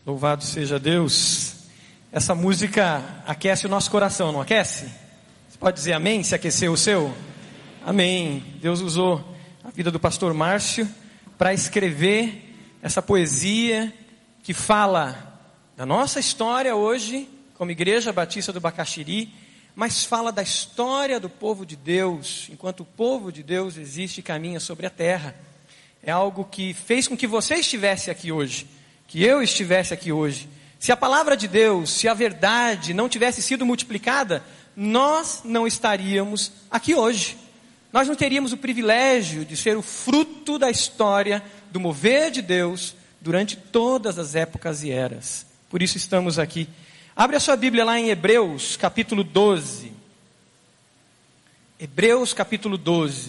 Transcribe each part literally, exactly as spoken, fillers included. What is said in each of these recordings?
Louvado seja Deus. Essa música aquece o nosso coração, não aquece? Você pode dizer amém, se aqueceu o seu? Amém. Deus usou a vida do pastor Márcio para escrever essa poesia que fala da nossa história hoje, como Igreja Batista do Bacaxiri, mas fala da história do povo de Deus, enquanto o povo de Deus existe e caminha sobre a terra. É algo que fez com que você estivesse aqui hoje, que eu estivesse aqui hoje. Se a palavra de Deus, se a verdade não tivesse sido multiplicada, nós não estaríamos aqui hoje. Nós não teríamos o privilégio de ser o fruto da história do mover de Deus durante todas as épocas e eras. Por isso estamos aqui. Abre a sua Bíblia lá em Hebreus, capítulo doze. Hebreus, capítulo doze.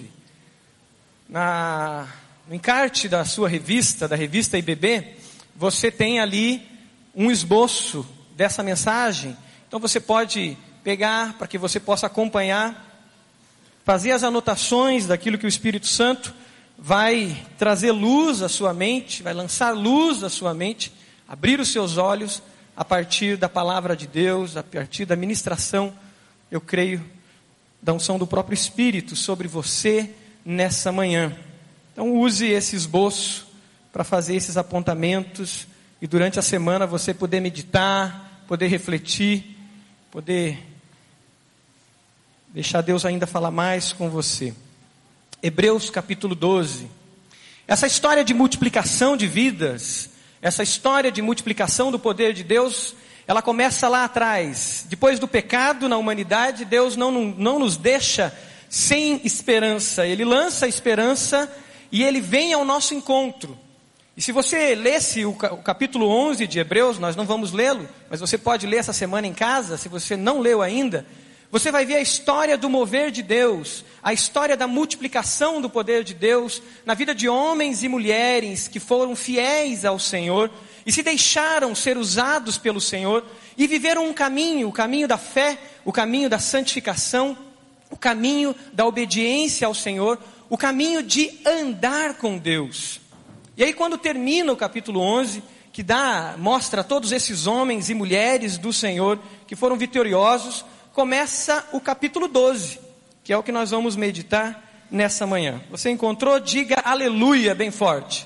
Na, no encarte da sua revista, da revista I B B, você tem ali um esboço dessa mensagem. Então você pode pegar para que você possa acompanhar, fazer as anotações daquilo que o Espírito Santo vai trazer luz à sua mente, vai lançar luz à sua mente, abrir os seus olhos a partir da palavra de Deus, a partir da ministração, eu creio, da unção do próprio Espírito sobre você nessa manhã. Então use esse esboço para fazer esses apontamentos e durante a semana você poder meditar, poder refletir, poder deixar Deus ainda falar mais com você. Hebreus capítulo doze. Essa história de multiplicação de vidas, essa história de multiplicação do poder de Deus, ela começa lá atrás. Depois do pecado na humanidade, Deus não, não, não nos deixa sem esperança. Ele lança a esperança e Ele vem ao nosso encontro. E se você lesse o capítulo onze de Hebreus, nós não vamos lê-lo, mas você pode ler essa semana em casa, se você não leu ainda, você vai ver a história do mover de Deus, a história da multiplicação do poder de Deus, na vida de homens e mulheres que foram fiéis ao Senhor, e se deixaram ser usados pelo Senhor, e viveram um caminho, o caminho da fé, o caminho da santificação, o caminho da obediência ao Senhor, o caminho de andar com Deus. E aí quando termina o capítulo onze, que dá, mostra todos esses homens e mulheres do Senhor, que foram vitoriosos, começa o capítulo doze, que é o que nós vamos meditar nessa manhã. Você encontrou? Diga aleluia bem forte.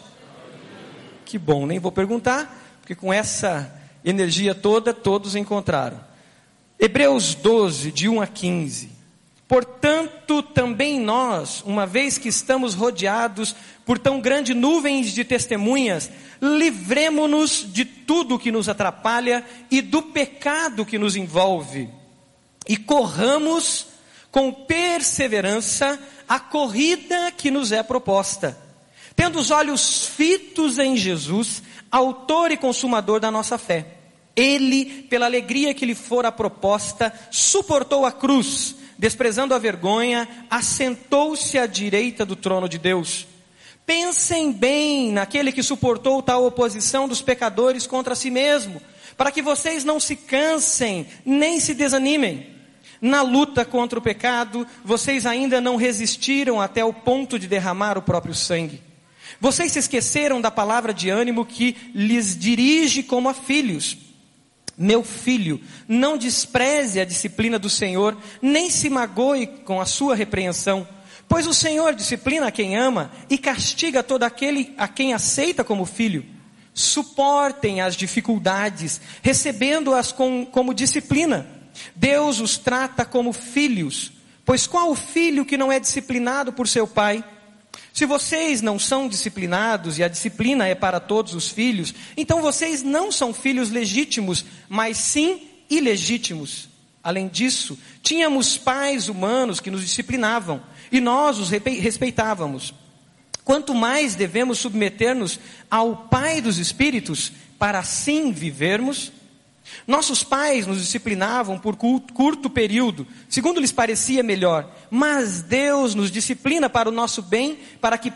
Que bom, nem vou perguntar, porque com essa energia toda, todos encontraram. Hebreus doze, de um a quinze. Portanto, também nós, uma vez que estamos rodeados por tão grande nuvens de testemunhas, livremo-nos de tudo que nos atrapalha e do pecado que nos envolve. E corramos com perseverança a corrida que nos é proposta, tendo os olhos fitos em Jesus, autor e consumador da nossa fé. Ele, pela alegria que lhe fora proposta, suportou a cruz, desprezando a vergonha, assentou-se à direita do trono de Deus. Pensem bem naquele que suportou tal oposição dos pecadores contra si mesmo, para que vocês não se cansem, nem se desanimem. Na luta contra o pecado, vocês ainda não resistiram até o ponto de derramar o próprio sangue. Vocês se esqueceram da palavra de ânimo que lhes dirige como a filhos. Meu filho, não despreze a disciplina do Senhor, nem se magoe com a sua repreensão. Pois o Senhor disciplina a quem ama e castiga todo aquele a quem aceita como filho. Suportem as dificuldades, recebendo-as com, como disciplina. Deus os trata como filhos, pois qual o filho que não é disciplinado por seu pai? Se vocês não são disciplinados e a disciplina é para todos os filhos, então vocês não são filhos legítimos, mas sim ilegítimos. Além disso, tínhamos pais humanos que nos disciplinavam e nós os respeitávamos. Quanto mais devemos submeter-nos ao Pai dos Espíritos para assim vivermos? Nossos pais nos disciplinavam por curto período, segundo lhes parecia melhor, mas Deus nos disciplina para o nosso bem, para que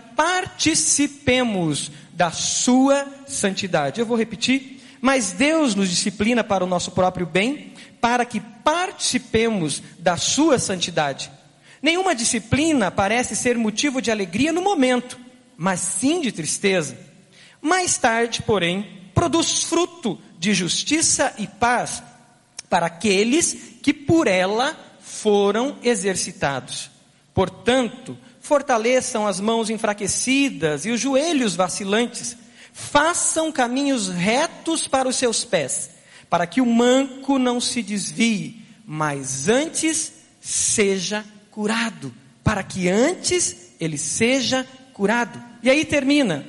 participemos da sua santidade. Eu vou repetir, mas Deus nos disciplina para o nosso próprio bem, para que participemos da sua santidade. Nenhuma disciplina parece ser motivo de alegria no momento, mas sim de tristeza. Mais tarde, porém, produz fruto de justiça e paz para aqueles que por ela foram exercitados. Portanto, fortaleçam as mãos enfraquecidas e os joelhos vacilantes. Façam caminhos retos para os seus pés, para que o manco não se desvie, mas antes seja curado. Para que antes ele seja curado. E aí termina: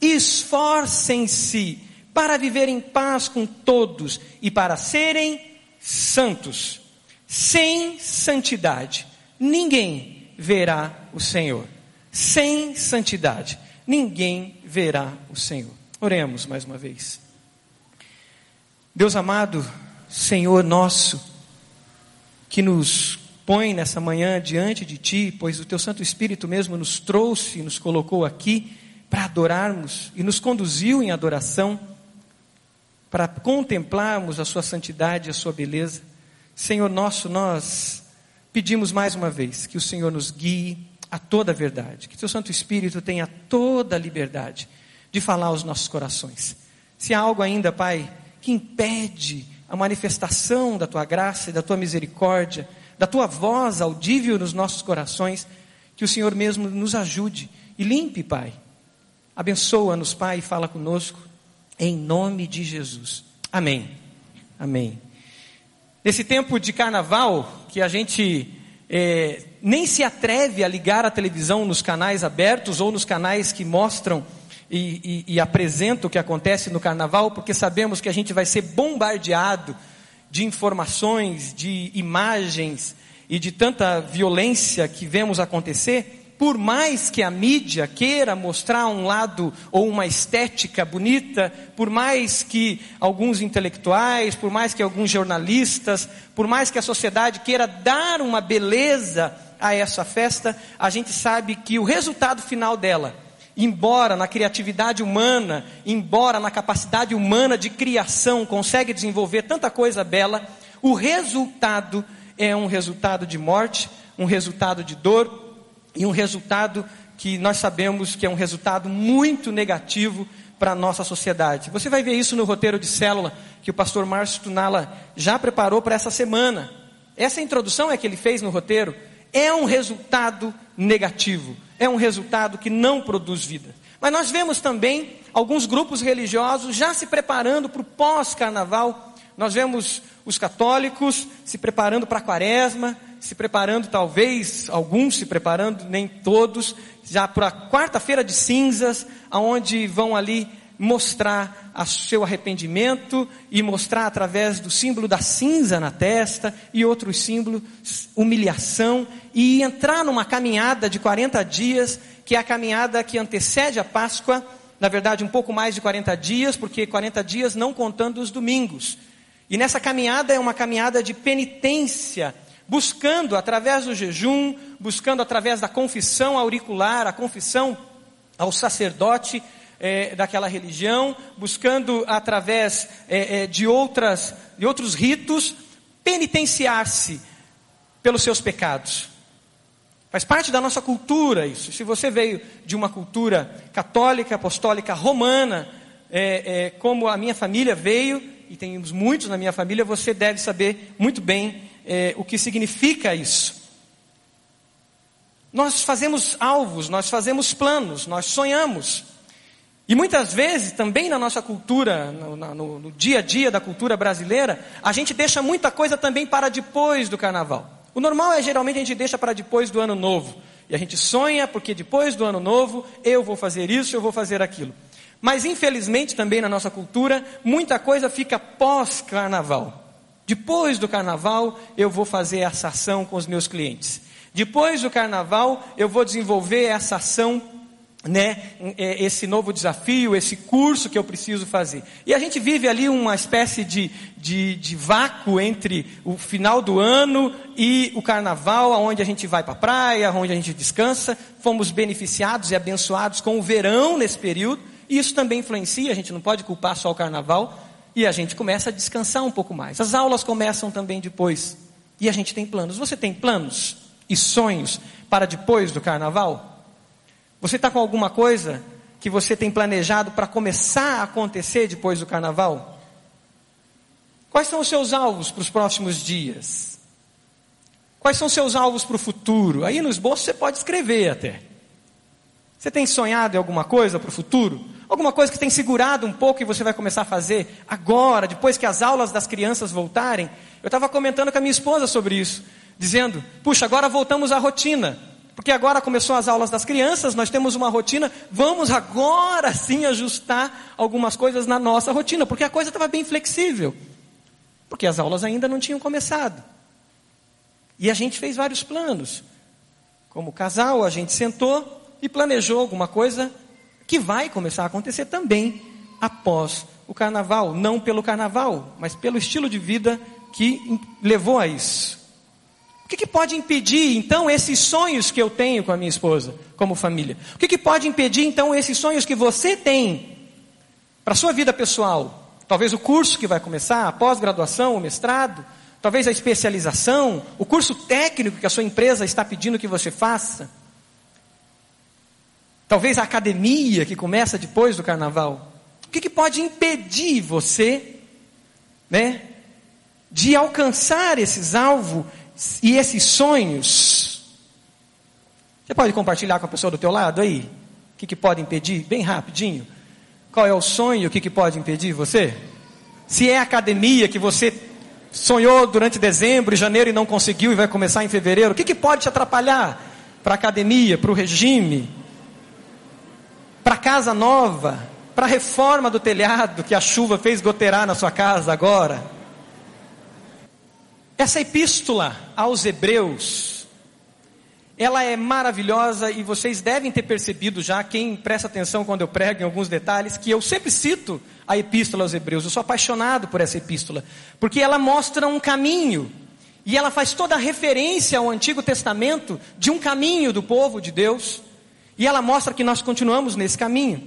esforcem-se para viver em paz com todos e para serem santos. Sem santidade, ninguém verá o Senhor. Sem santidade, ninguém verá o Senhor. Oremos mais uma vez. Deus amado, Senhor nosso, que nos põe nessa manhã diante de Ti, pois o Teu Santo Espírito mesmo nos trouxe e nos colocou aqui para adorarmos e nos conduziu em adoração, para contemplarmos a Sua santidade e a Sua beleza. Senhor nosso, nós pedimos mais uma vez que o Senhor nos guie a toda a verdade, que Teu Santo Espírito tenha toda a liberdade de falar aos nossos corações. Se há algo ainda, Pai, que impede a manifestação da Tua graça e da Tua misericórdia, da Tua voz audível nos nossos corações, que o Senhor mesmo nos ajude e limpe, Pai. Abençoa-nos, Pai, e fala conosco, em nome de Jesus. Amém. Amém. Nesse tempo de carnaval, que a gente é, nem se atreve a ligar a televisão nos canais abertos ou nos canais que mostram e, e, e apresentam o que acontece no carnaval, porque sabemos que a gente vai ser bombardeado de informações, de imagens e de tanta violência que vemos acontecer. Por mais que a mídia queira mostrar um lado ou uma estética bonita, por mais que alguns intelectuais, por mais que alguns jornalistas, por mais que a sociedade queira dar uma beleza a essa festa, a gente sabe que o resultado final dela, embora na criatividade humana, embora na capacidade humana de criação, consegue desenvolver tanta coisa bela, o resultado é um resultado de morte, um resultado de dor, e um resultado que nós sabemos que é um resultado muito negativo para a nossa sociedade. Você vai ver isso no roteiro de célula que o pastor Márcio Tunala já preparou para essa semana. Essa introdução é que ele fez no roteiro. É um resultado negativo. É um resultado que não produz vida. Mas nós vemos também alguns grupos religiosos já se preparando para o pós-carnaval. Nós vemos os católicos se preparando para a quaresma, se preparando, talvez, alguns se preparando, nem todos, já para a quarta-feira de cinzas, aonde vão ali mostrar o seu arrependimento e mostrar através do símbolo da cinza na testa e outros símbolos, humilhação, e entrar numa caminhada de quarenta dias, que é a caminhada que antecede a Páscoa, na verdade um pouco mais de quarenta dias, porque quarenta dias não contando os domingos. E nessa caminhada é uma caminhada de penitência, buscando através do jejum, buscando através da confissão auricular, a confissão ao sacerdote é, daquela religião, buscando através é, é, de, outras, de outros ritos, penitenciar-se pelos seus pecados. Faz parte da nossa cultura isso. Se você veio de uma cultura católica, apostólica, romana, é, é, como a minha família veio, e temos muitos na minha família, você deve saber muito bem É, o que significa isso. Nós fazemos alvos, nós fazemos planos, nós sonhamos. E muitas vezes também na nossa cultura, no, no, no dia a dia da cultura brasileira, a gente deixa muita coisa também para depois do carnaval. O normal é geralmente a gente deixa para depois do ano novo. E a gente sonha porque depois do ano novo eu vou fazer isso, eu vou fazer aquilo. Mas infelizmente também na nossa cultura, muita coisa fica pós-carnaval. Depois do carnaval, eu vou fazer essa ação com os meus clientes. Depois do carnaval, eu vou desenvolver essa ação, né, esse novo desafio, esse curso que eu preciso fazer. E a gente vive ali uma espécie de, de, de vácuo entre o final do ano e o carnaval, onde a gente vai para a praia, onde a gente descansa. Fomos beneficiados e abençoados com o verão nesse período, e isso também influencia, a gente não pode culpar só o carnaval. E a gente começa a descansar um pouco mais. As aulas começam também depois. E a gente tem planos. Você tem planos e sonhos para depois do carnaval? Você está com alguma coisa que você tem planejado para começar a acontecer depois do carnaval? Quais são os seus alvos para os próximos dias? Quais são os seus alvos para o futuro? Aí no esboço você pode escrever até. Você tem sonhado em alguma coisa para o futuro? Alguma coisa que tem segurado um pouco e você vai começar a fazer agora, depois que as aulas das crianças voltarem? Eu estava comentando com a minha esposa sobre isso, dizendo, puxa, agora voltamos à rotina, porque agora começou as aulas das crianças, nós temos uma rotina, vamos agora sim ajustar algumas coisas na nossa rotina, porque a coisa estava bem flexível, porque as aulas ainda não tinham começado. E a gente fez vários planos. Como casal, a gente sentou e planejou alguma coisa que vai começar a acontecer também após o carnaval. Não pelo carnaval, mas pelo estilo de vida que levou a isso. O que, que pode impedir, então, esses sonhos que eu tenho com a minha esposa, como família? O que, que pode impedir, então, esses sonhos que você tem para a sua vida pessoal? Talvez o curso que vai começar, a pós-graduação, o mestrado, talvez a especialização, o curso técnico que a sua empresa está pedindo que você faça. Talvez a academia que começa depois do carnaval. O que, que pode impedir você, né, de alcançar esses alvos e esses sonhos? Você pode compartilhar com a pessoa do teu lado aí? O que, que pode impedir? Bem rapidinho. Qual é o sonho? O que, que pode impedir você? Se é a academia que você sonhou durante dezembro e janeiro e não conseguiu e vai começar em fevereiro, o que, que pode te atrapalhar para a academia, para o regime, para a casa nova, para a reforma do telhado que a chuva fez goteirar na sua casa agora? Essa epístola aos Hebreus, ela é maravilhosa e vocês devem ter percebido já, quem presta atenção quando eu prego em alguns detalhes, que eu sempre cito a epístola aos Hebreus. Eu sou apaixonado por essa epístola, porque ela mostra um caminho, e ela faz toda a referência ao Antigo Testamento de um caminho do povo de Deus, e ela mostra que nós continuamos nesse caminho.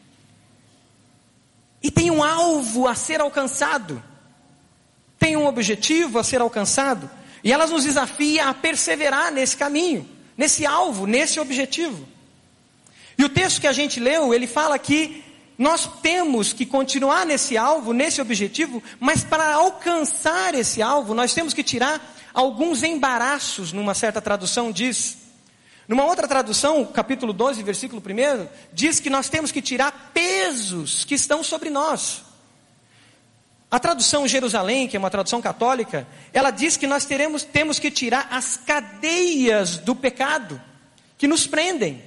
E tem um alvo a ser alcançado, tem um objetivo a ser alcançado, e ela nos desafia a perseverar nesse caminho, nesse alvo, nesse objetivo. E o texto que a gente leu, ele fala que nós temos que continuar nesse alvo, nesse objetivo, mas para alcançar esse alvo, nós temos que tirar alguns embaraços, numa certa tradução diz. Numa outra tradução, capítulo doze, versículo um, diz que nós temos que tirar pesos que estão sobre nós. A tradução Jerusalém, que é uma tradução católica, ela diz que nós teremos, temos que tirar as cadeias do pecado que nos prendem.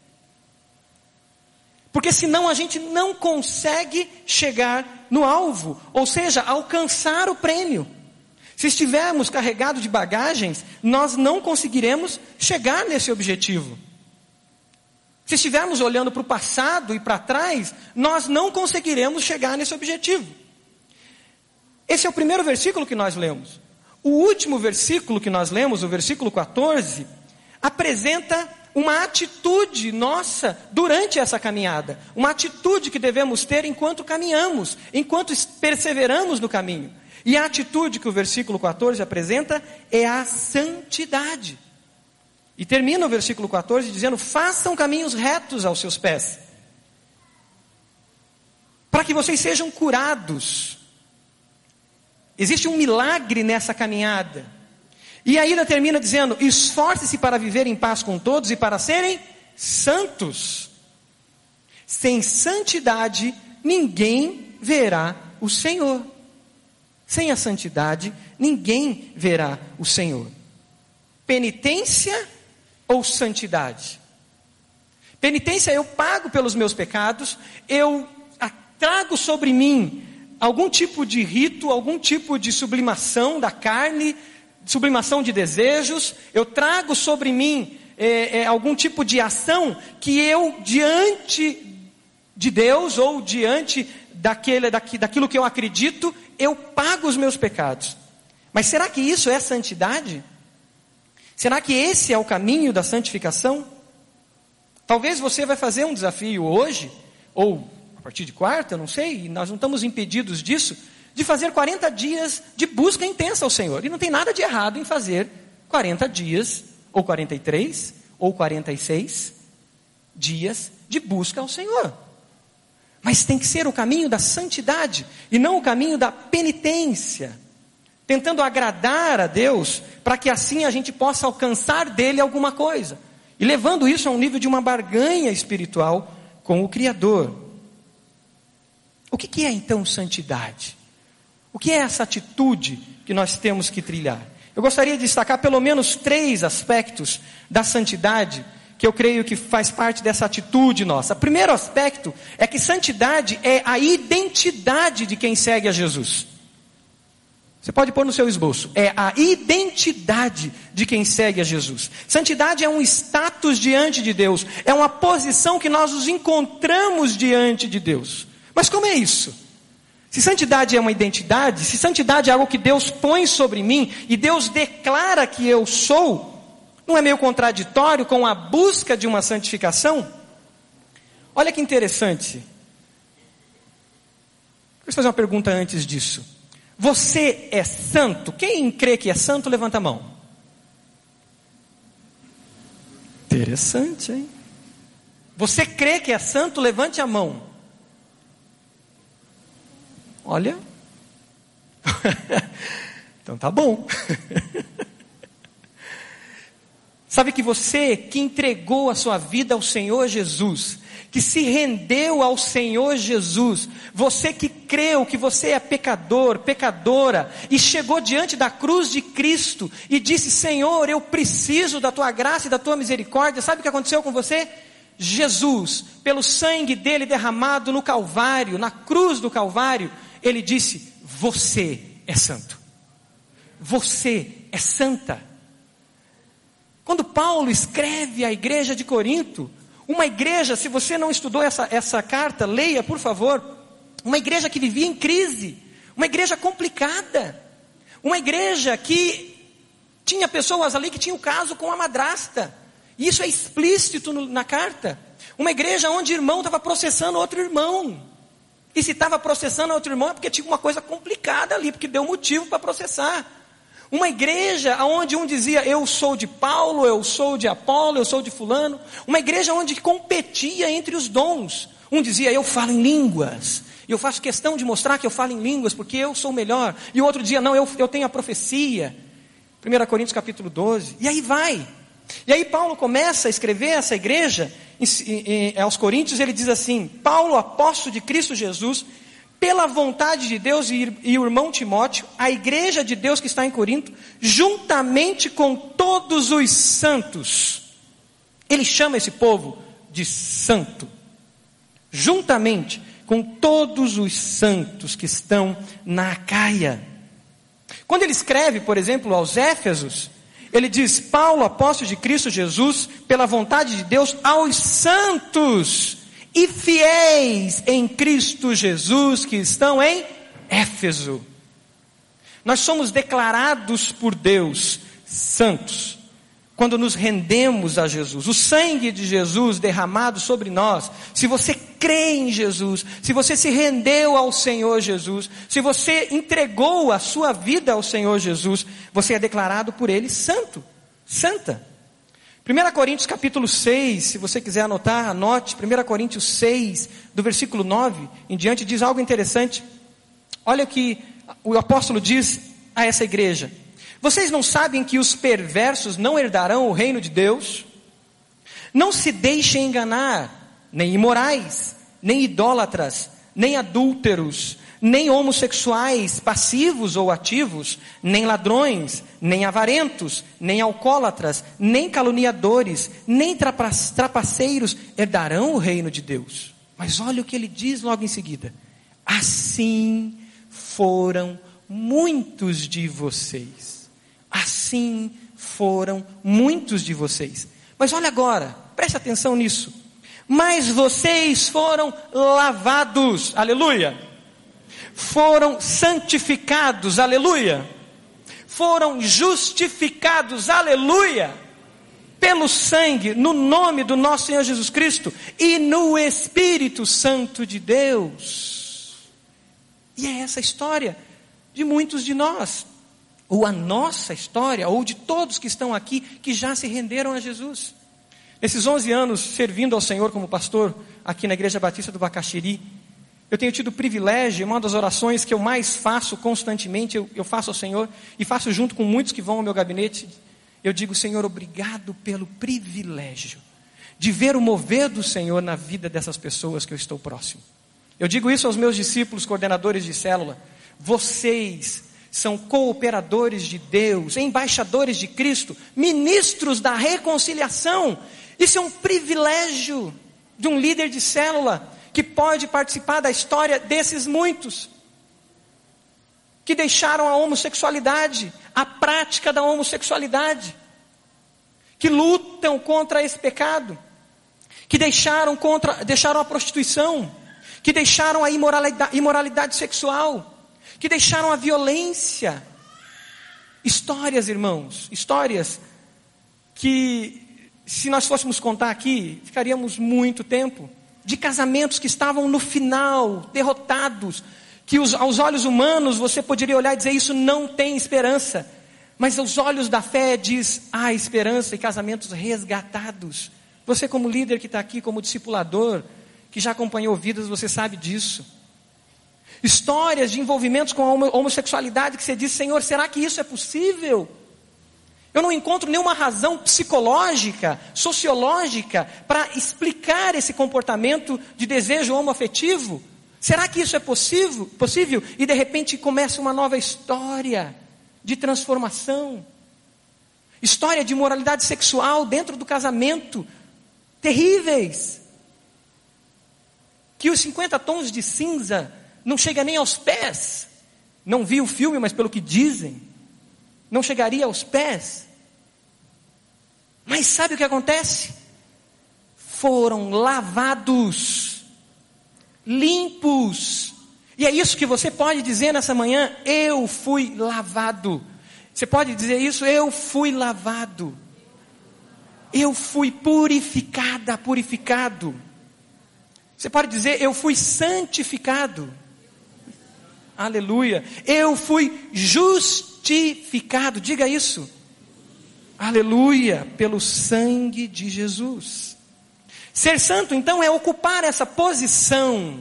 Porque senão a gente não consegue chegar no alvo, ou seja, alcançar o prêmio. Se estivermos carregados de bagagens, nós não conseguiremos chegar nesse objetivo. Se estivermos olhando para o passado e para trás, nós não conseguiremos chegar nesse objetivo. Esse é o primeiro versículo que nós lemos. O último versículo que nós lemos, o versículo quatorze, apresenta uma atitude nossa durante essa caminhada. Uma atitude que devemos ter enquanto caminhamos, enquanto perseveramos no caminho. E a atitude que o versículo quatorze apresenta é a santidade. E termina o versículo quatorze dizendo: façam caminhos retos aos seus pés, para que vocês sejam curados. Existe um milagre nessa caminhada. E aí ela termina dizendo: esforce-se para viver em paz com todos e para serem santos. Sem santidade, ninguém verá o Senhor. Sem a santidade, ninguém verá o Senhor. Penitência ou santidade? Penitência, eu pago pelos meus pecados, eu trago sobre mim algum tipo de rito, algum tipo de sublimação da carne, sublimação de desejos, eu trago sobre mim é, é, algum tipo de ação que eu, diante de Deus, ou diante daquele, daqui, daquilo que eu acredito, eu pago os meus pecados. Mas será que isso é santidade? Será que esse é o caminho da santificação? Talvez você vai fazer um desafio hoje, ou a partir de quarta, não sei, e nós não estamos impedidos disso, de fazer quarenta dias de busca intensa ao Senhor. E não tem nada de errado em fazer quarenta dias, ou quarenta e três, ou quarenta e seis. dias de busca ao Senhor. Mas tem que ser o caminho da santidade e não o caminho da penitência, tentando agradar a Deus, para que assim a gente possa alcançar dele alguma coisa, e levando isso a um nível de uma barganha espiritual com o Criador. O que que é então santidade? O que é essa atitude que nós temos que trilhar? Eu gostaria de destacar pelo menos três aspectos da santidade, que eu creio que faz parte dessa atitude nossa. O primeiro aspecto é que santidade é a identidade de quem segue a Jesus. Você pode pôr no seu esboço. É a identidade de quem segue a Jesus. Santidade é um status diante de Deus. É uma posição que nós nos encontramos diante de Deus. Mas como é isso? Se santidade é uma identidade, se santidade é algo que Deus põe sobre mim, e Deus declara que eu sou, não é meio contraditório com a busca de uma santificação? Olha que interessante. Deixa eu fazer uma pergunta antes disso. Você é santo? Quem crê que é santo, levanta a mão. Interessante, hein? Você crê que é santo, levante a mão. Olha. Então tá bom. Sabe que você que entregou a sua vida ao Senhor Jesus, que se rendeu ao Senhor Jesus, você que creu que você é pecador, pecadora, e chegou diante da cruz de Cristo e disse: Senhor, eu preciso da tua graça e da tua misericórdia. Sabe o que aconteceu com você? Jesus, pelo sangue dele derramado no Calvário, na cruz do Calvário, ele disse: você é santo, você é santa. Quando Paulo escreve à igreja de Corinto, uma igreja, se você não estudou essa, essa carta, leia por favor, uma igreja que vivia em crise, uma igreja complicada, uma igreja que tinha pessoas ali que tinham caso com a madrasta, e isso é explícito no, na carta, uma igreja onde irmão estava processando outro irmão, e se estava processando outro irmão é porque tinha uma coisa complicada ali, porque deu motivo para processar. Uma igreja onde um dizia: eu sou de Paulo, eu sou de Apolo, eu sou de fulano. Uma igreja onde competia entre os dons. Um dizia: eu falo em línguas, e eu faço questão de mostrar que eu falo em línguas, porque eu sou melhor. E o outro dizia: não, eu, eu tenho a profecia. primeira Coríntios capítulo doze. E aí vai. E aí Paulo começa a escrever essa igreja, em, em, em, aos Coríntios, ele diz assim: Paulo, apóstolo de Cristo Jesus, pela vontade de Deus, e, e o irmão Timóteo, a igreja de Deus que está em Corinto, juntamente com todos os santos. Ele chama esse povo de santo. Juntamente com todos os santos que estão na Acaia. Quando ele escreve, por exemplo, aos Éfesos, ele diz: Paulo, apóstolo de Cristo Jesus, pela vontade de Deus, aos santos e fiéis em Cristo Jesus que estão em Éfeso. Nós somos declarados por Deus santos quando nos rendemos a Jesus. O sangue de Jesus derramado sobre nós, se você crê em Jesus, se você se rendeu ao Senhor Jesus, se você entregou a sua vida ao Senhor Jesus, você é declarado por Ele santo, santa. primeira Coríntios capítulo seis, se você quiser anotar, anote. primeira Coríntios seis, do versículo nove em diante, diz algo interessante. Olha o que o apóstolo diz a essa igreja: vocês não sabem que os perversos não herdarão o reino de Deus? Não se deixem enganar, nem imorais, nem idólatras, nem adúlteros, nem homossexuais, passivos ou ativos, nem ladrões, nem avarentos, nem alcoólatras, nem caluniadores, nem trapa- trapaceiros herdarão o reino de Deus. Mas olha o que ele diz logo em seguida: assim foram muitos de vocês. Assim foram muitos de vocês. Mas olha agora, preste atenção nisso. Mas vocês foram lavados, aleluia. Foram santificados, aleluia. Foram justificados, aleluia, pelo sangue, no nome do nosso Senhor Jesus Cristo e no Espírito Santo de Deus. E é essa a história de muitos de nós, ou a nossa história, ou de todos que estão aqui, que já se renderam a Jesus. Esses onze anos servindo ao Senhor como pastor aqui na Igreja Batista do Bacaxiri, eu tenho tido o privilégio, uma das orações que eu mais faço constantemente, eu, eu faço ao Senhor, e faço junto com muitos que vão ao meu gabinete, eu digo: Senhor, obrigado pelo privilégio de ver o mover do Senhor na vida dessas pessoas que eu estou próximo. Eu digo isso aos meus discípulos, coordenadores de célula: vocês são cooperadores de Deus, embaixadores de Cristo, ministros da reconciliação. Isso é um privilégio de um líder de célula que pode participar da história desses muitos que deixaram a homossexualidade, a prática da homossexualidade, que lutam contra esse pecado, que deixaram, contra, deixaram a prostituição, que deixaram a imoralidade, imoralidade sexual, que deixaram a violência. Histórias, irmãos, histórias que, se nós fôssemos contar aqui, ficaríamos muito tempo, de casamentos que estavam no final, derrotados, que os, aos olhos humanos você poderia olhar e dizer: isso não tem esperança, mas aos olhos da fé diz: há esperança, e casamentos resgatados. Você, como líder que está aqui, como discipulador, que já acompanhou vidas, você sabe disso. Histórias de envolvimentos com a homossexualidade que você diz: Senhor, será que isso é possível? Eu não encontro nenhuma razão psicológica, sociológica, para explicar esse comportamento de desejo homoafetivo. Será que isso é possível? possível? E de repente começa uma nova história de transformação. História de moralidade sexual dentro do casamento, terríveis. Que os cinquenta tons de cinza não chega nem aos pés. Não vi o filme, mas pelo que dizem, não chegaria aos pés. Mas sabe o que acontece? Foram lavados, limpos. E é isso que você pode dizer nessa manhã: eu fui lavado. Você pode dizer isso: eu fui lavado. Eu fui purificada, purificado. Você pode dizer: eu fui santificado. Aleluia. Eu fui justificado. Diga isso. Aleluia. Pelo sangue de Jesus. Ser santo, então, é ocupar essa posição.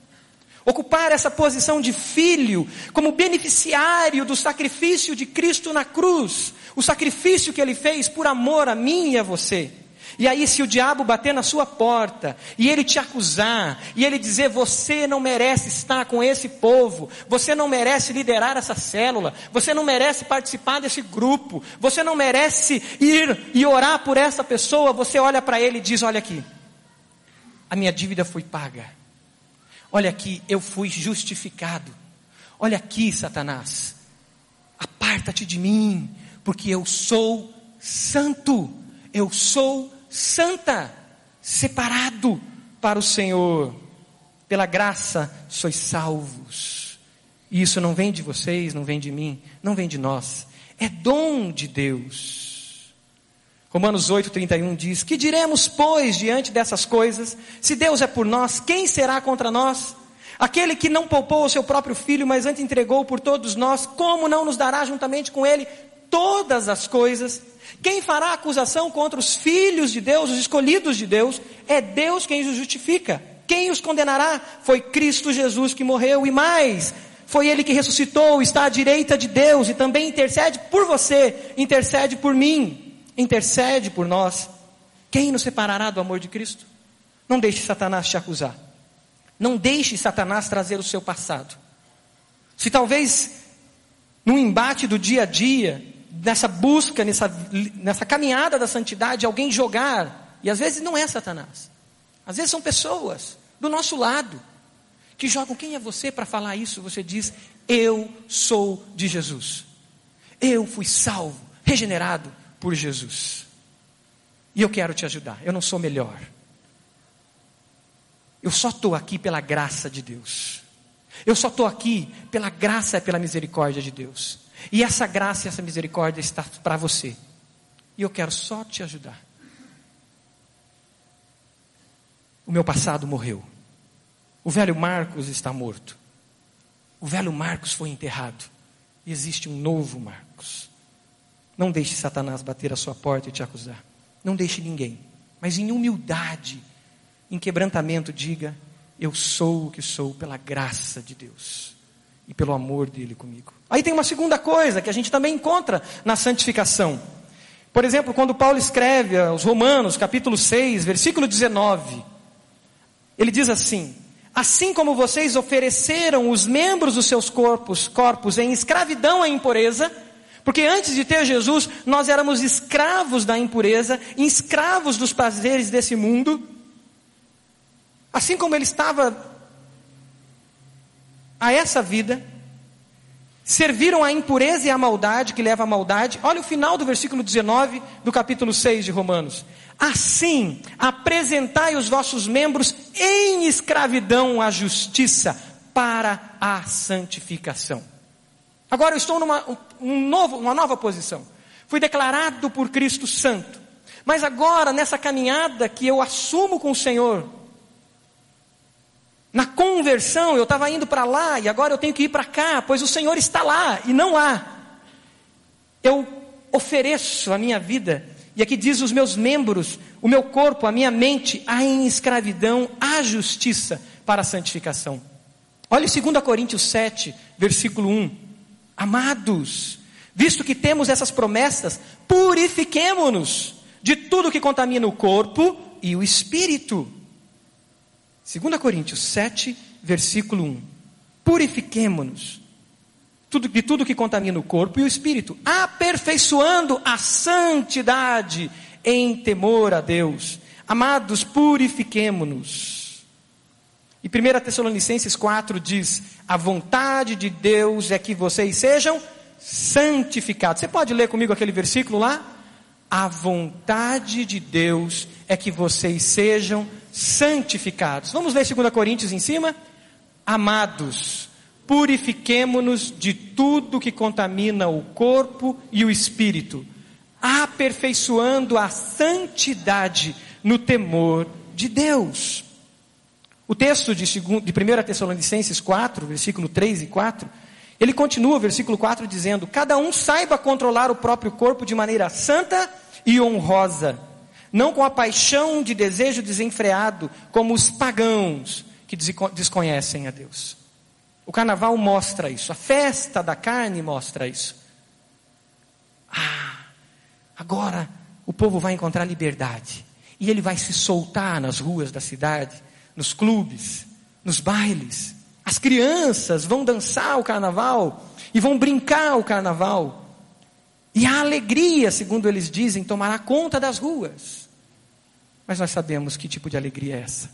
Ocupar essa posição de filho, como beneficiário do sacrifício de Cristo na cruz. O sacrifício que Ele fez por amor a mim e a você. E aí, se o diabo bater na sua porta, e ele te acusar, e ele dizer: você não merece estar com esse povo, você não merece liderar essa célula, você não merece participar desse grupo, você não merece ir e orar por essa pessoa, você olha para ele e diz: olha aqui, a minha dívida foi paga. Olha aqui, eu fui justificado. Olha aqui, Satanás, aparta-te de mim, porque eu sou santo, eu sou santa, separado para o Senhor. Pela graça sois salvos. E isso não vem de vocês, não vem de mim, não vem de nós. É dom de Deus. Romanos oito, trinta e um diz: que diremos, pois, diante dessas coisas? Se Deus é por nós, quem será contra nós? Aquele que não poupou o seu próprio filho, mas antes entregou por todos nós, como não nos dará juntamente com ele todas as coisas? Quem fará acusação contra os filhos de Deus, os escolhidos de Deus? É Deus quem os justifica. Quem os condenará? Foi Cristo Jesus que morreu, e mais, foi Ele que ressuscitou, está à direita de Deus, e também intercede por você, intercede por mim, intercede por nós. Quem nos separará do amor de Cristo? Não deixe Satanás te acusar. Não deixe Satanás trazer o seu passado. Se talvez, no embate do dia a dia, nessa busca, nessa, nessa caminhada da santidade, alguém jogar, e às vezes não é Satanás, às vezes são pessoas do nosso lado, que jogam: quem é você para falar isso? Você diz: eu sou de Jesus, eu fui salvo, regenerado por Jesus, e eu quero te ajudar. Eu não sou melhor, eu só estou aqui pela graça de Deus, eu só estou aqui pela graça e pela misericórdia de Deus. E essa graça e essa misericórdia está para você. E eu quero só te ajudar. O meu passado morreu. O velho Marcos está morto. O velho Marcos foi enterrado. E existe um novo Marcos. Não deixe Satanás bater a sua porta e te acusar. Não deixe ninguém. mas em humildade, em quebrantamento, diga: eu sou o que sou pela graça de Deus e pelo amor dele comigo. Aí tem uma segunda coisa que a gente também encontra na santificação. Por exemplo, quando Paulo escreve aos Romanos, capítulo seis, versículo dezenove, ele diz assim: assim como vocês ofereceram os membros dos seus corpos, corpos em escravidão à impureza, porque antes de ter Jesus, nós éramos escravos da impureza, escravos dos prazeres desse mundo, assim como ele estava a essa vida, serviram à impureza e à maldade, que leva à maldade. Olha o final do versículo dezenove do capítulo seis de Romanos. Assim, apresentai os vossos membros em escravidão à justiça para a santificação. Agora eu estou numa um novo, uma nova posição. Fui declarado por Cristo santo. Mas agora, nessa caminhada que eu assumo com o Senhor, na conversão, eu estava indo para lá e agora eu tenho que ir para cá, pois o Senhor está lá e não lá. Eu ofereço a minha vida, e aqui diz os meus membros, o meu corpo, a minha mente, a em escravidão, à justiça para a santificação. Olha dois Coríntios sete, versículo um. Amados, visto que temos essas promessas, purifiquemo-nos de tudo que contamina o corpo e o espírito. dois Coríntios sete, versículo um. Purifiquemo-nos de tudo que contamina o corpo e o espírito, aperfeiçoando a santidade em temor a Deus. Amados, purifiquemo-nos. E primeira Tessalonicenses quatro diz: a vontade de Deus é que vocês sejam santificados. Você pode ler comigo aquele versículo lá? A vontade de Deus é que vocês sejam santificados. Vamos ler dois Coríntios em cima? Amados, purifiquemo-nos de tudo que contamina o corpo e o espírito, aperfeiçoando a santidade no temor de Deus. O texto de primeira Tessalonicenses quatro, versículo três e quatro, ele continua, versículo quatro, dizendo: cada um saiba controlar o próprio corpo de maneira santa e honrosa, não com a paixão de desejo desenfreado, como os pagãos que desconhecem a Deus. O carnaval mostra isso, a festa da carne mostra isso. Ah, agora o povo vai encontrar liberdade, e ele vai se soltar nas ruas da cidade, nos clubes, nos bailes. As crianças vão dançar o carnaval, e vão brincar o carnaval, e a alegria, segundo eles dizem, tomará conta das ruas. Mas nós sabemos que tipo de alegria é essa.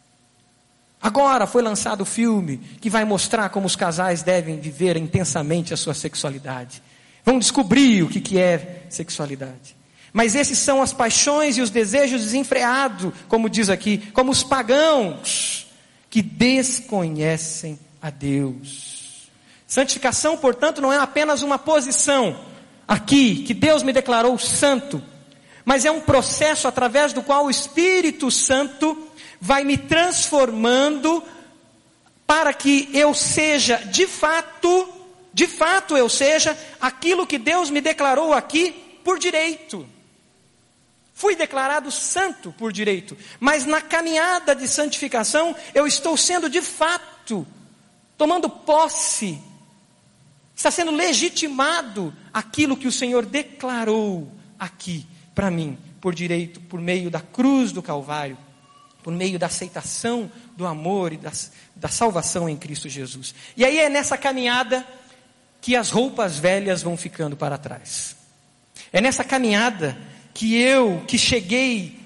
Agora foi lançado o filme que vai mostrar como os casais devem viver intensamente a sua sexualidade. Vão descobrir o que, que é sexualidade. Mas esses são as paixões e os desejos desenfreados, como diz aqui, como os pagãos que desconhecem a Deus. Santificação, portanto, não é apenas uma posição aqui, que Deus me declarou santo, mas é um processo através do qual o Espírito Santo vai me transformando para que eu seja de fato, de fato eu seja aquilo que Deus me declarou aqui por direito. Fui declarado santo por direito, mas na caminhada de santificação eu estou sendo de fato, tomando posse, está sendo legitimado aquilo que o Senhor declarou aqui para mim, por direito, por meio da cruz do Calvário, por meio da aceitação do amor e da, da salvação em Cristo Jesus. E aí é nessa caminhada que as roupas velhas vão ficando para trás. É nessa caminhada que eu, que cheguei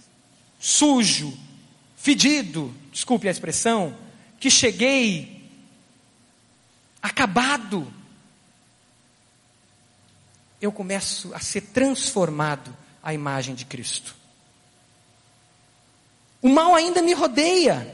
sujo, fedido, desculpe a expressão, que cheguei acabado, eu começo a ser transformado à imagem de Cristo. O mal ainda me rodeia.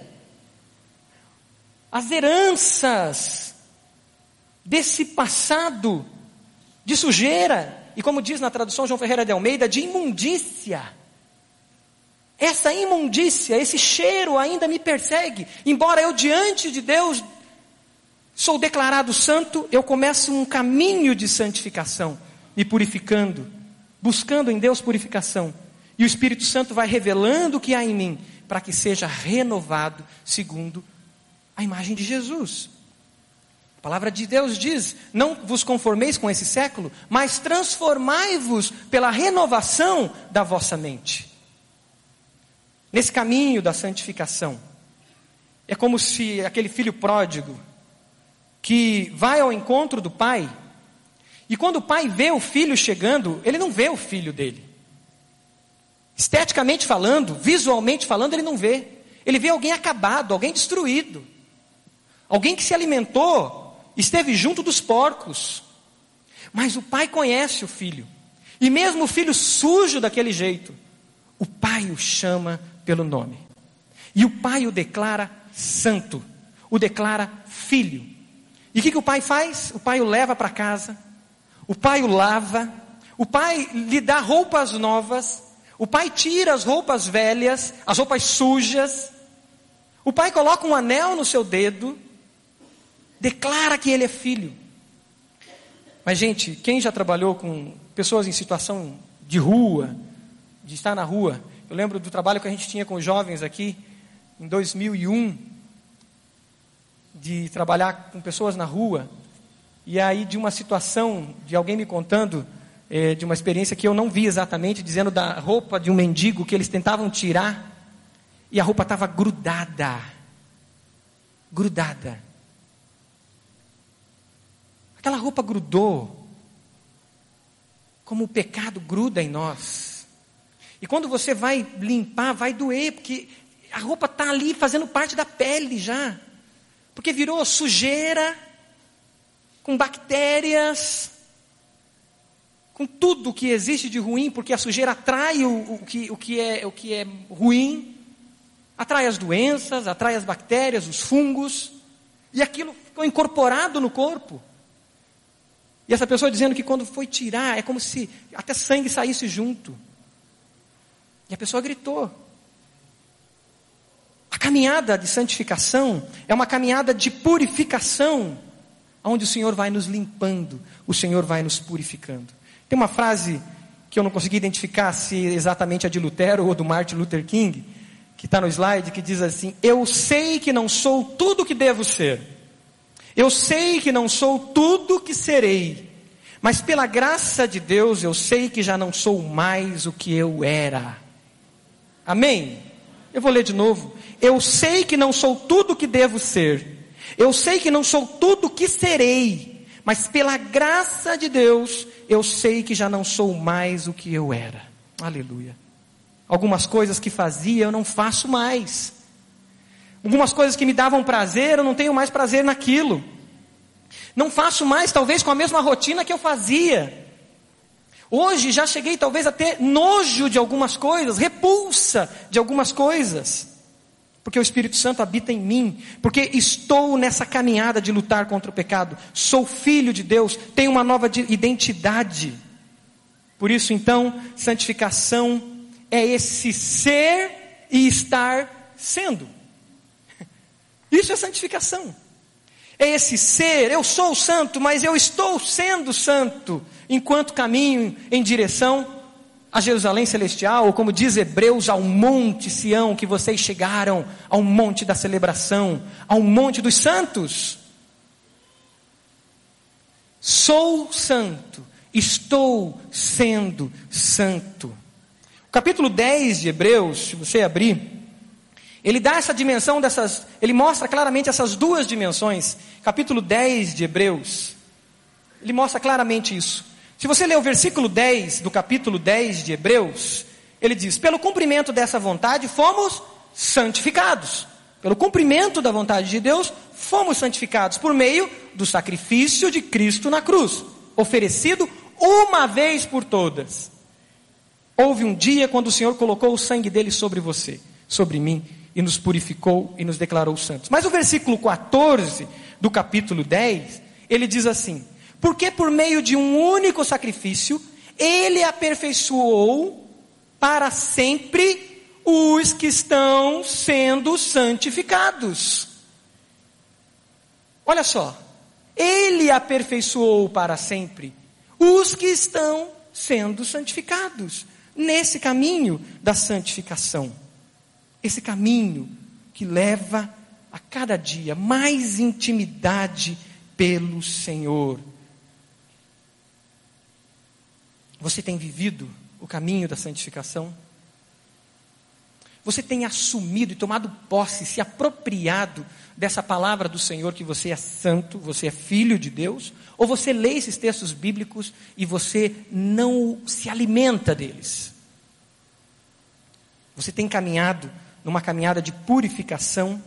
As heranças desse passado de sujeira, e como diz na tradução João Ferreira de Almeida, de imundícia. Essa imundícia, esse cheiro ainda me persegue. Embora eu diante de Deus sou declarado santo, eu começo um caminho de santificação, me purificando, buscando em Deus purificação. E o Espírito Santo vai revelando o que há em mim, para que seja renovado segundo a imagem de Jesus. A palavra de Deus diz: não vos conformeis com esse século, mas transformai-vos pela renovação da vossa mente. Nesse caminho da santificação, é como se aquele filho pródigo, que vai ao encontro do pai, e quando o pai vê o filho chegando, ele não vê o filho dele. Esteticamente falando, visualmente falando, ele não vê. Ele vê alguém acabado, alguém destruído. Alguém que se alimentou, esteve junto dos porcos. Mas o pai conhece o filho. E mesmo o filho sujo daquele jeito, o pai o chama pelo nome. E o pai o declara santo. O declara filho. E o que, que o pai faz? O pai o leva para casa. O pai o lava. O pai lhe dá roupas novas. O pai tira as roupas velhas, as roupas sujas. O pai coloca um anel no seu dedo. Declara que ele é filho. Mas, gente, quem já trabalhou com pessoas em situação de rua, de estar na rua? Eu lembro do trabalho que a gente tinha com os jovens aqui, em dois mil e um, de trabalhar com pessoas na rua. E aí, de uma situação, de alguém me contando, é, de uma experiência que eu não vi exatamente, dizendo da roupa de um mendigo que eles tentavam tirar, e a roupa estava grudada. Grudada. Aquela roupa grudou, como o pecado gruda em nós. E quando você vai limpar, vai doer, porque a roupa está ali fazendo parte da pele já. Porque virou sujeira, com bactérias, com tudo que existe de ruim, porque a sujeira atrai o, o, que, o, que é, o que é ruim, atrai as doenças, atrai as bactérias, os fungos, e aquilo ficou incorporado no corpo. E essa pessoa dizendo que quando foi tirar, é como se até sangue saísse junto. E a pessoa gritou. A caminhada de santificação é uma caminhada de purificação, onde o Senhor vai nos limpando, o Senhor vai nos purificando. Tem uma frase que eu não consegui identificar se exatamente é de Lutero ou do Martin Luther King, que está no slide, que diz assim: eu sei que não sou tudo o que devo ser. Eu sei que não sou tudo o que serei, mas pela graça de Deus eu sei que já não sou mais o que eu era. Amém? Eu vou ler de novo. Eu sei que não sou tudo o que devo ser. Eu sei que não sou tudo o que serei, mas pela graça de Deus eu sei que já não sou mais o que eu era. Aleluia. Algumas coisas que fazia eu não faço mais. Algumas coisas que me davam prazer, eu não tenho mais prazer naquilo. Não faço mais, talvez, com a mesma rotina que eu fazia. Hoje já cheguei talvez a ter nojo de algumas coisas, repulsa de algumas coisas. Porque o Espírito Santo habita em mim. Porque estou nessa caminhada de lutar contra o pecado. Sou filho de Deus, tenho uma nova identidade. Por isso, então, santificação é esse ser e estar sendo. Isso é santificação. É esse ser, eu sou santo, mas eu estou sendo santo, enquanto caminho em direção a Jerusalém Celestial, ou como diz Hebreus, ao monte Sião, que vocês chegaram, ao monte da celebração, ao monte dos santos. Sou santo, estou sendo santo. O capítulo dez de Hebreus, se você abrir, ele dá essa dimensão dessas, ele mostra claramente essas duas dimensões. Capítulo dez de Hebreus, ele mostra claramente isso. Se você ler o versículo dez do capítulo dez de Hebreus, ele diz: pelo cumprimento dessa vontade fomos santificados. Pelo cumprimento da vontade de Deus, fomos santificados por meio do sacrifício de Cristo na cruz, oferecido uma vez por todas. Houve um dia quando o Senhor colocou o sangue dele sobre você, sobre mim, e nos purificou e nos declarou santos. Mas o versículo quatorze do capítulo dez, ele diz assim: porque por meio de um único sacrifício, ele aperfeiçoou para sempre os que estão sendo santificados. Olha só, ele aperfeiçoou para sempre os que estão sendo santificados. nesse caminho da santificação. Esse caminho que leva a cada dia mais intimidade pelo Senhor. Você tem vivido o caminho da santificação? Você tem assumido e tomado posse, se apropriado dessa palavra do Senhor que você é santo, você é filho de Deus? Ou você lê esses textos bíblicos e você não se alimenta deles? Você tem caminhado numa caminhada de purificação?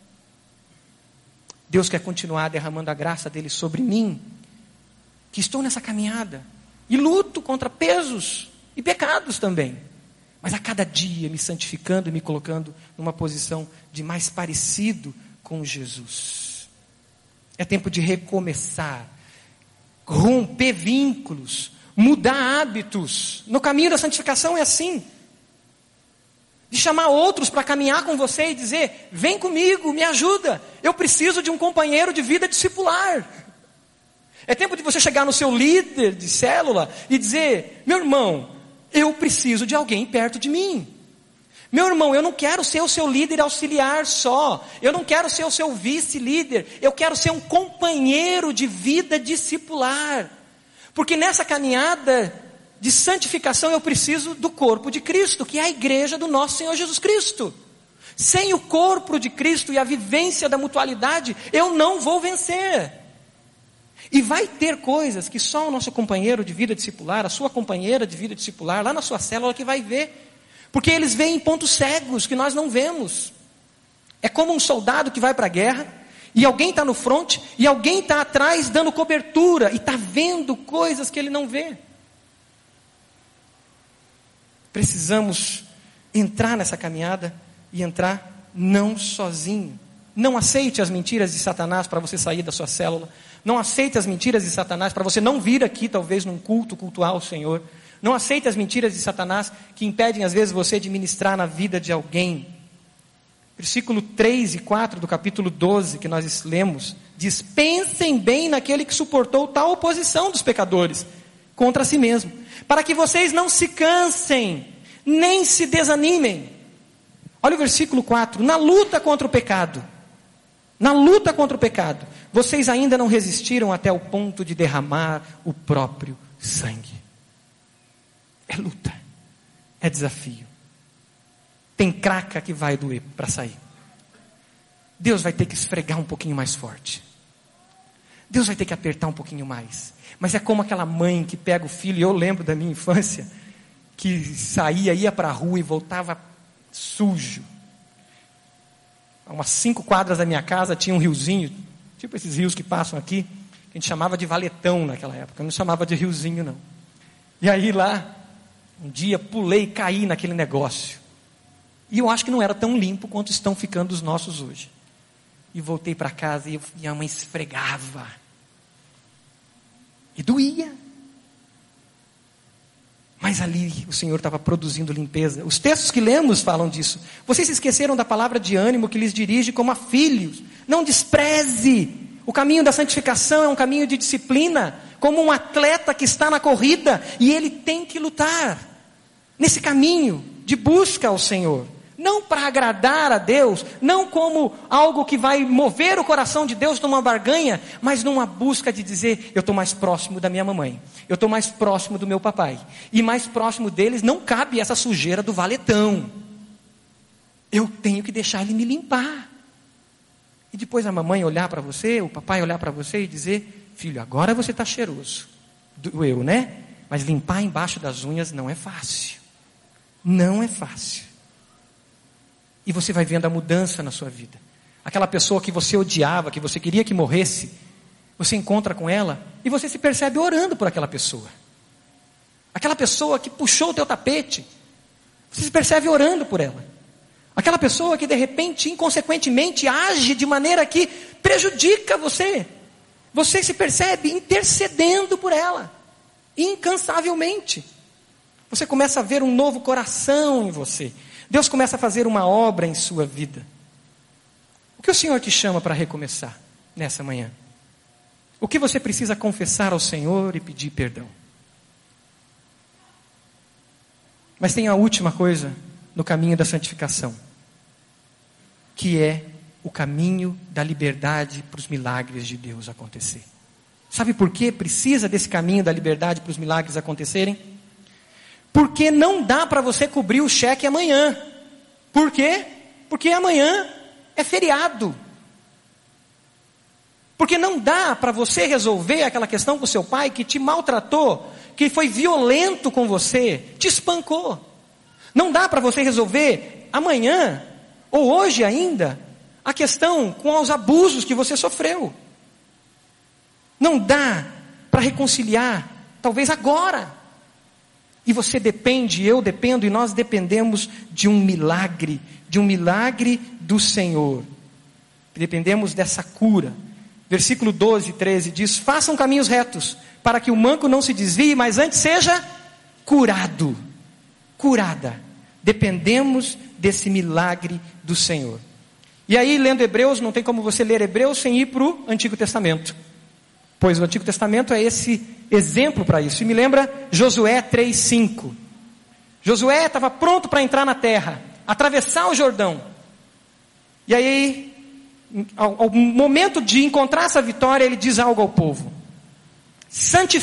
Deus quer continuar derramando a graça dele sobre mim, que estou nessa caminhada e luto contra pesos e pecados também, mas a cada dia me santificando e me colocando numa posição de mais parecido com Jesus. É tempo de recomeçar, romper vínculos, mudar hábitos. No caminho da santificação é assim. De chamar outros para caminhar com você e dizer: vem comigo, me ajuda, eu preciso de um companheiro de vida discipular. É tempo de você chegar no seu líder de célula e dizer: meu irmão, eu preciso de alguém perto de mim. Meu irmão, eu não quero ser o seu líder auxiliar só, eu não quero ser o seu vice-líder, eu quero ser um companheiro de vida discipular. Porque nessa caminhada de santificação eu preciso do corpo de Cristo, que é a igreja do nosso Senhor Jesus Cristo. Sem o corpo de Cristo e a vivência da mutualidade, eu não vou vencer. E vai ter coisas que só o nosso companheiro de vida discipular, a sua companheira de vida discipular, lá na sua célula que vai ver. Porque eles veem pontos cegos que nós não vemos. É como um soldado que vai para a guerra, e alguém está no fronte, e alguém está atrás dando cobertura, e está vendo coisas que ele não vê. Precisamos entrar nessa caminhada e entrar não sozinho. Não aceite as mentiras de Satanás para você sair da sua célula. Não aceite as mentiras de Satanás para você não vir aqui, talvez num culto, cultuar o Senhor. Não aceite as mentiras de Satanás que impedem às vezes você de ministrar na vida de alguém. Versículo três e quatro do capítulo doze que nós lemos, diz: pensem bem naquele que suportou tal oposição dos pecadores contra si mesmo, para que vocês não se cansem, nem se desanimem. Olha o versículo quatro, na luta contra o pecado, na luta contra o pecado, vocês ainda não resistiram até o ponto de derramar o próprio sangue. É luta, é desafio. Tem craca que vai doer para sair. Deus vai ter que esfregar um pouquinho mais forte. Deus vai ter que apertar um pouquinho mais. Mas é como aquela mãe que pega o filho, e eu lembro da minha infância, que saía, ia para a rua e voltava sujo. A umas cinco quadras da minha casa tinha um riozinho, tipo esses rios que passam aqui, que a gente chamava de valetão naquela época, não chamava de riozinho não. E aí lá, um dia pulei e caí naquele negócio. E eu acho que não era tão limpo quanto estão ficando os nossos hoje. E voltei para casa e eu, minha mãe esfregava. E doía. Mas ali o Senhor estava produzindo limpeza. Os textos que lemos falam disso. Vocês se esqueceram da palavra de ânimo que lhes dirige como a filhos. Não despreze. O caminho da santificação é um caminho de disciplina. Como um atleta que está na corrida e ele tem que lutar. Nesse caminho de busca ao Senhor. Não para agradar a Deus, não como algo que vai mover o coração de Deus numa barganha, mas numa busca de dizer: eu estou mais próximo da minha mamãe, eu estou mais próximo do meu papai, e mais próximo deles não cabe essa sujeira do valetão, eu tenho que deixar ele me limpar. E depois a mamãe olhar para você, o papai olhar para você e dizer: filho, agora você está cheiroso. Doeu, né? Mas limpar embaixo das unhas não é fácil, não é fácil. E você vai vendo a mudança na sua vida. Aquela pessoa que você odiava, que você queria que morresse, você encontra com ela e você se percebe orando por aquela pessoa. Aquela pessoa que puxou o teu tapete, você se percebe orando por ela. Aquela pessoa que de repente, inconsequentemente, age de maneira que prejudica você. Você se percebe intercedendo por ela, incansavelmente. Você começa a ver um novo coração em você. Deus começa a fazer uma obra em sua vida. O que o Senhor te chama para recomeçar nessa manhã? O que você precisa confessar ao Senhor e pedir perdão? Mas tem a última coisa no caminho da santificação, que é o caminho da liberdade para os milagres de Deus acontecer. Sabe por que precisa desse caminho da liberdade para os milagres acontecerem? Porque não dá para você cobrir o cheque amanhã. Por quê? Porque amanhã é feriado. Porque não dá para você resolver aquela questão com seu pai que te maltratou, que foi violento com você, te espancou. Não dá para você resolver amanhã, ou hoje ainda, a questão com os abusos que você sofreu. Não dá para reconciliar, talvez agora. E você depende, eu dependo, e nós dependemos de um milagre, de um milagre do Senhor. Dependemos dessa cura. Versículo doze, treze diz: façam caminhos retos, para que o manco não se desvie, mas antes seja curado. Curada. Dependemos desse milagre do Senhor. E aí, lendo Hebreus, não tem como você ler Hebreus sem ir para o Antigo Testamento. Pois o Antigo Testamento é esse exemplo para isso. E me lembra Josué três, cinco. Josué estava pronto para entrar na terra, atravessar o Jordão. E aí, ao, ao momento de encontrar essa vitória, ele diz algo ao povo: santifiquem